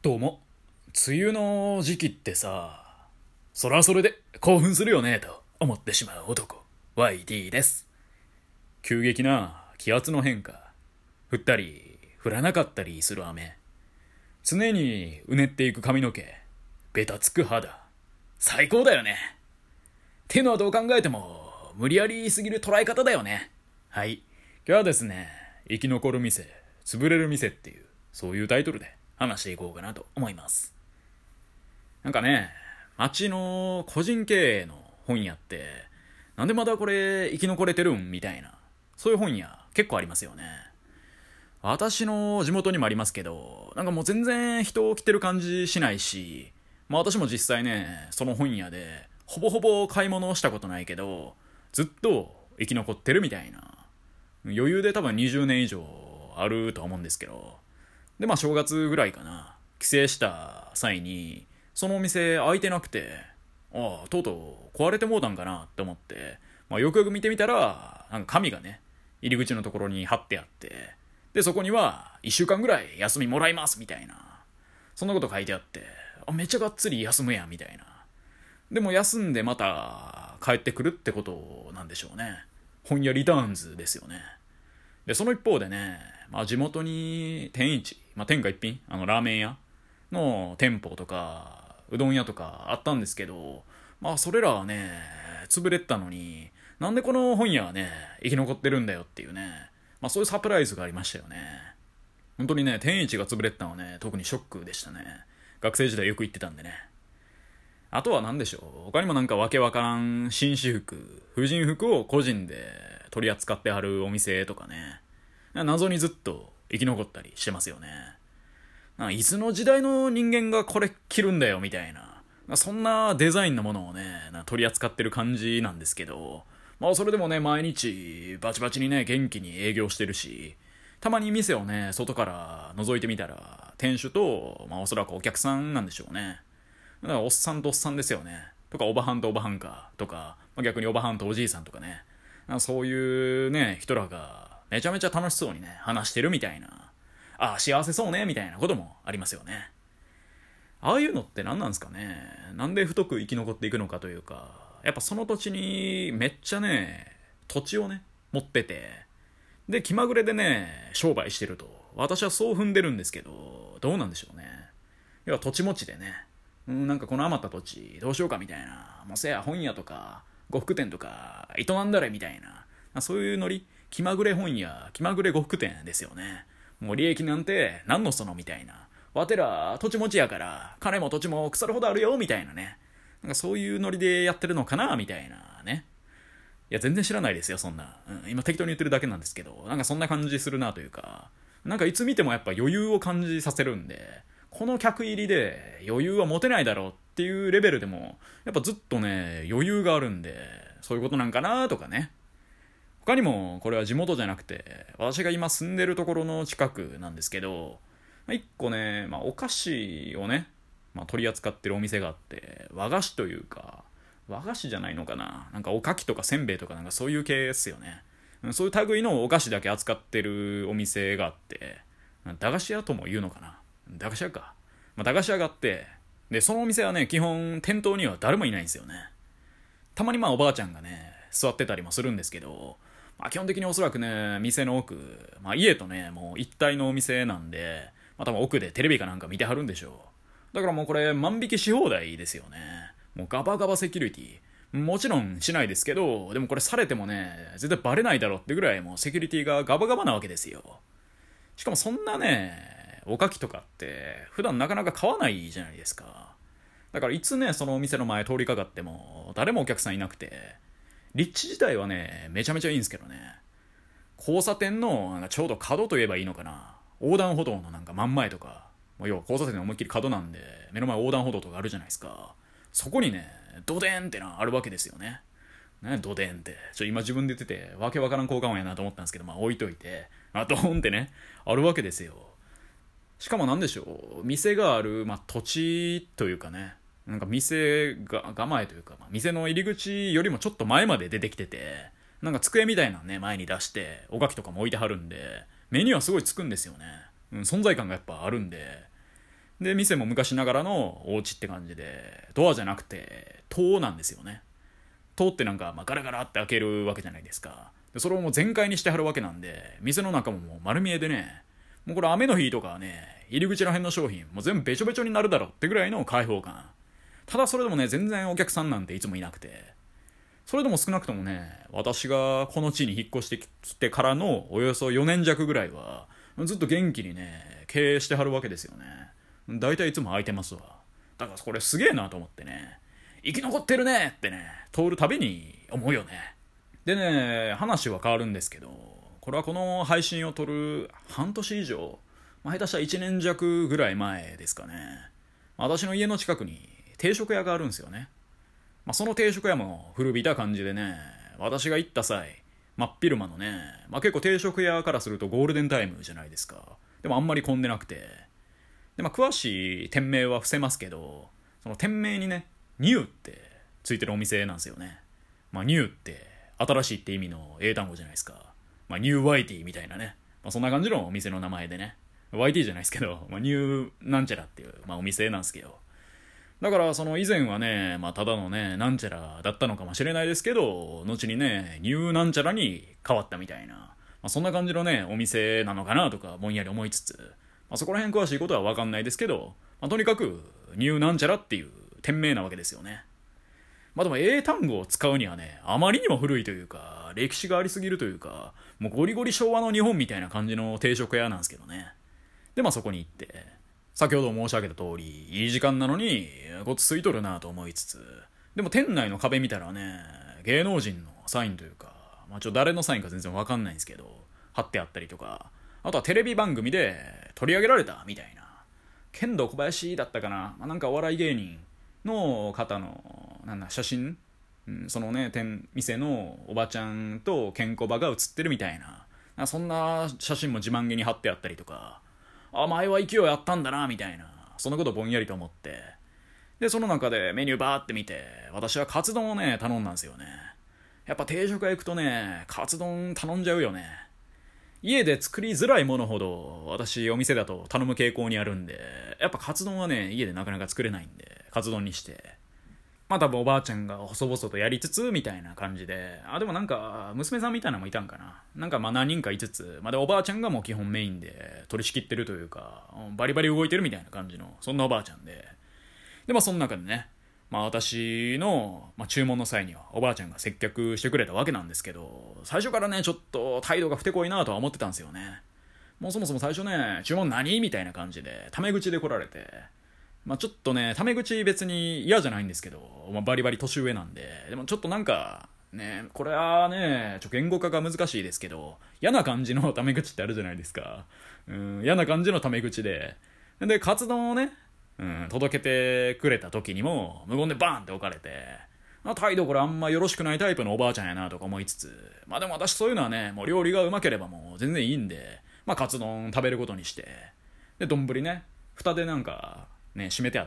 どうも。梅雨の時期ってさ、それはそれで興奮するよねと思ってしまう男、YD です。急激な気圧の変化、降ったり降らなかったりする雨、常にうねっていく髪の毛、ベタつく肌、最高だよね。っていうのはどう考えても無理やりすぎる捉え方だよね。はい。今日はですね、生き残る店、潰れる店っていう、そういうタイトルで話していこうかなと思います。なんかね、街の個人経営の本屋って、なんでまだこれ生き残れてるんみたいな、そういう本屋結構ありますよね。私の地元にもありますけど、なんかもう全然人来てる感じしないし、まあ私も実際ね、その本屋で、ほぼほぼ買い物をしたことないけど、ずっと生き残ってるみたいな。余裕で多分20年以上あるとは思うんですけど。で、まあ正月ぐらいかな。帰省した際に、そのお店開いてなくて、ああ、とうとう壊れてもうたんかなって思って、まあよくよく見てみたら、なんか紙がね、入り口のところに貼ってあって、で、そこには1週間ぐらい休みもらいますみたいな。そんなこと書いてあって、あ、めっちゃがっつり休むやんみたいな。でも休んでまた帰ってくるってことなんでしょうね。本屋リターンズですよね。で、その一方でね、まあ地元に天一、まあ天下一品、ラーメン屋の店舗とか、うどん屋とかあったんですけど、まあそれらはね、潰れてたのに、なんでこの本屋はね、生き残ってるんだよっていうね、まあそういうサプライズがありましたよね。本当にね、天一が潰れてたのはね、特にショックでしたね。学生時代よく行ってたんでね。あとは何でしょう。他にもなんかわけわからん紳士服、婦人服を個人で取り扱ってはるお店とかね。謎にずっと生き残ったりしてますよね。いつの時代の人間がこれ着るんだよみたいな。そんなデザインのものをね、取り扱ってる感じなんですけど、まあそれでもね、毎日バチバチにね、元気に営業してるし、たまに店をね、外から覗いてみたら、店主と、まあおそらくお客さんなんでしょうね。だからおっさんとおっさんですよね。とかおばはんとおばはんか。とか、まあ、逆におばはんとおじいさんとかね。そういうね、人らがめちゃめちゃ楽しそうにね、話してるみたいな。ああ、幸せそうね、みたいなこともありますよね。ああいうのって何なんですかね。なんで太く生き残っていくのかというか、やっぱその土地にめっちゃね、土地をね、持ってて、で、気まぐれでね、商売してると。私はそう踏んでるんですけど、どうなんでしょうね。要は土地持ちでね、なんかこの余った土地どうしようかみたいな、もうせや本屋とか呉服店とか営んだれみたいな、そういうノリ、気まぐれ本屋、気まぐれ呉服店ですよね。もう利益なんて何のそのみたいな。わてら土地持ちやから金も土地も腐るほどあるよみたいなね。なんかそういうノリでやってるのかなみたいなね。いや全然知らないですよそんな、今適当に言ってるだけなんですけど、なんかそんな感じするなというか、なんかいつ見てもやっぱ余裕を感じさせるんで、この客入りで余裕は持てないだろうっていうレベルでもやっぱずっとね余裕があるんで、そういうことなんかなとかね。他にもこれは地元じゃなくて私が今住んでるところの近くなんですけど、一個ね、まあ、お菓子をね、まあ、取り扱ってるお店があって、和菓子というか和菓子じゃないのかな、なんかおかきとかせんべいとかなんかそういう系ですよね。そういう類のお菓子だけ扱ってるお店があって、駄菓子屋とも言うのかな、駄菓子屋か、まあ、駄菓子屋があって、でそのお店はね基本店頭には誰もいないんですよね。たまにまあおばあちゃんがね座ってたりもするんですけど、まあ、基本的におそらくね店の奥、まあ、家とねもう一体のお店なんで、まあ、多分奥でテレビかなんか見てはるんでしょう。だからもうこれ万引きし放題ですよね。もうガバガバセキュリティもちろんしないですけど、でもこれされてもね絶対バレないだろうってぐらいもうセキュリティがガバガバなわけですよ。しかもそんなねおかきとかって普段なかなか買わないじゃないですか。だからいつねそのお店の前通りかかっても誰もお客さんいなくて、立地自体はねめちゃめちゃいいんですけどね、交差点のなんかちょうど角といえばいいのかな、横断歩道のなんか真ん前とか、要は交差点の思いっきり角なんで目の前横断歩道とかあるじゃないですか。そこにねドデンってなあるわけですよね。ね、ドデンって今自分で言っててわけわからん効果音やなと思ったんですけど、まあ置いといて、ドーンってねあるわけですよ。しかもなんでしょう、店がある、まあ、土地というかね、なんか店が前というか、まあ、店の入り口よりもちょっと前まで出てきてて、なんか机みたいなね前に出しておかきとかも置いてはるんで、目にはすごいつくんですよね。存在感がやっぱあるんで、 で、店も昔ながらのお家って感じで、ドアじゃなくて、戸なんですよね。戸ってなんか、ガラガラって開けるわけじゃないですか。で、それをもう全開にしてはるわけなんで、店の中ももう丸見えでね、もうこれ雨の日とかはね、入り口ら辺の商品、もう全部べちょべちょになるだろうってぐらいの開放感。ただそれでもね、全然お客さんなんていつもいなくて、それでも少なくともね、私がこの地に引っ越してきてからのおよそ4年弱ぐらいは、ずっと元気にね、経営してはるわけですよね。だいたいいつも空いてますわ。だからこれすげえなと思ってね、生き残ってるねってね、通るたびに思うよね。でね、話は変わるんですけど、これはこの配信を撮る半年以上、下手したら1年弱ぐらい前ですかね。私の家の近くに定食屋があるんですよね。その定食屋も古びた感じでね、私が行った際、真っ昼間のね、結構定食屋からするとゴールデンタイムじゃないですか。でもあんまり混んでなくて。で、詳しい店名は伏せますけど、その店名にね、ニューってついてるお店なんですよね。ニューって新しいって意味の英単語じゃないですか。ニューワイティみたいなね。そんな感じのお店の名前でね。ワイティじゃないですけど、ニューなんちゃらっていう、お店なんですけど。だからその以前はね、ただのね、なんちゃらだったのかもしれないですけど、後にね、ニューなんちゃらに変わったみたいな、そんな感じのね、お店なのかなとかぼんやり思いつつ、そこら辺詳しいことはわかんないですけど、とにかくニューなんちゃらっていう店名なわけですよね。でも英単語を使うにはね、あまりにも古いというか、歴史がありすぎるというか、もうゴリゴリ昭和の日本みたいな感じの定食屋なんですけどね。で、そこに行って、先ほど申し上げた通り、いい時間なのに、ごっついとるなと思いつつ、でも店内の壁見たらね、芸能人のサインというか、誰のサインか全然わかんないんですけど、貼ってあったりとか、あとはテレビ番組で取り上げられたみたいな。剣道小林だったかな、なんかお笑い芸人の方の、写真、そのね、店のおばちゃんとケンコバが写ってるみたいな、そんな写真も自慢げに貼ってあったりとか、前は勢いあったんだなみたいな、そんなことぼんやりと思って、でその中でメニューバーって見て、私はカツ丼をね頼んだんですよね。やっぱ定食屋行くとね、カツ丼頼んじゃうよね。家で作りづらいものほど私お店だと頼む傾向にあるんで、やっぱカツ丼はね家でなかなか作れないんで、カツ丼にして、多分おばあちゃんが細々とやりつつみたいな感じで、でもなんか娘さんみたいなのもいたんかな、なんか何人かいつつ、でおばあちゃんがもう基本メインで取り仕切ってるというか、バリバリ動いてるみたいな感じの、そんなおばあちゃんで、その中でね、私の、注文の際にはおばあちゃんが接客してくれたわけなんですけど、最初からねちょっと態度がふてこいなとは思ってたんですよね。もうそもそも最初ね、注文何みたいな感じでタメ口で来られて、ちょっとねタメ口別に嫌じゃないんですけど、バリバリ年上なんで、でもちょっとなんかね、これはね言語化が難しいですけど、嫌な感じのタメ口ってあるじゃないですか。嫌な感じのタメ口で、カツ丼をね、届けてくれた時にも無言でバーンって置かれて、態度これあんまよろしくないタイプのおばあちゃんやなとか思いつつ、でも私そういうのはね、もう料理がうまければもう全然いいんで、カツ丼食べることにして、で丼ね、蓋でなんかね閉めてあって、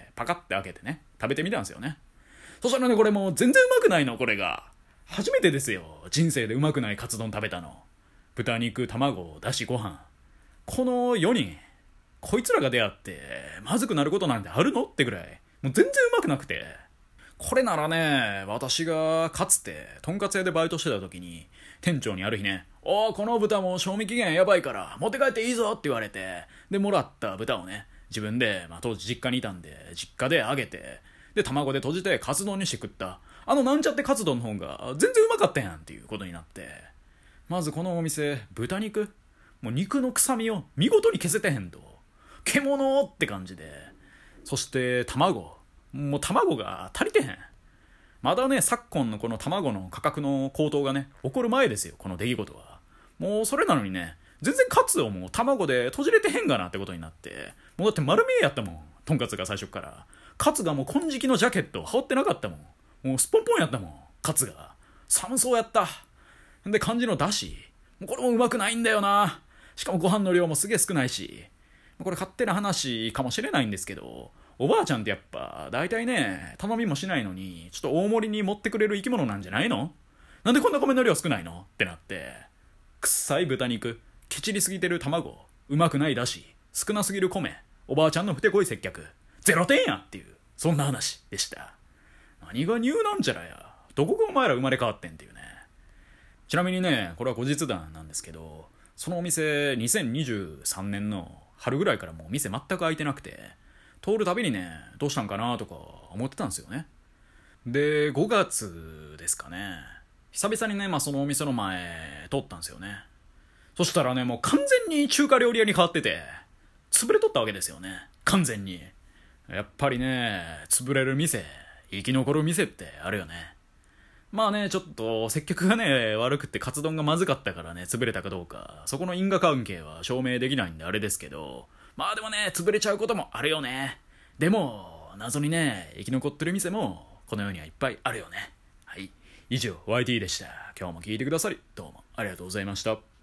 パカッて開けてね食べてみたんですよね。そしたらね、これもう全然うまくないの。これが初めてですよ、人生でうまくないカツ丼食べたの。豚肉、卵、だし、ご飯、この4人、こいつらが出会ってまずくなることなんてあるのってぐらい、もう全然うまくなくて、これならね、私がかつてとんかつ屋でバイトしてた時に店長にある日ね、この豚も賞味期限やばいから持って帰っていいぞって言われて、でもらった豚をね自分で、当時実家にいたんで実家で揚げて、で卵で閉じてカツ丼にして食った、なんちゃってカツ丼の方が全然うまかったやんっていうことになって、まずこのお店豚肉、もう肉の臭みを見事に消せてへんと、獣って感じで、そして卵、もう卵が足りてへん。まだね昨今のこの卵の価格の高騰がね起こる前ですよ、この出来事は。もうそれなのにね、全然カツをもう卵で閉じれてへんがなってことになって、もうだって丸見えやったもん、とんかつが最初から。カツがもう金色のジャケットを羽織ってなかったもん、もうスポンポンやったもん、カツが寒そうやった。で感じのだし、もうこれもうまくないんだよな。しかもご飯の量もすげえ少ないし、これ勝手な話かもしれないんですけど、おばあちゃんってやっぱ大体ね頼みもしないのにちょっと大盛りに持ってくれる生き物なんじゃないの。なんでこんな米の量少ないのってなって、臭い豚肉、ケチりすぎてる卵、うまくないだし、少なすぎる米、 おばあちゃんのふてこい接客0点やっていう、そんな話でした。何がニューなんちゃらや、どこがお前ら生まれ変わってんっていうね。ちなみにね、これは後日談なんですけど、そのお店2023年の春ぐらいからもう店全く開いてなくて、通るたびにね、どうしたんかなとか思ってたんですよね。で、5月ですかね、久々にね、そのお店の前通ったんですよね。そしたらね、もう完全に中華料理屋に変わってて、潰れとったわけですよね、完全に。やっぱりね、潰れる店、生き残る店ってあるよね。ちょっと接客がね悪くってカツ丼がまずかったからね、潰れたかどうかそこの因果関係は証明できないんであれですけど、でもね、潰れちゃうこともあるよね。でも謎にね、生き残ってる店もこの世にはいっぱいあるよね。はい、以上 YT でした。今日も聞いてくださりどうもありがとうございました。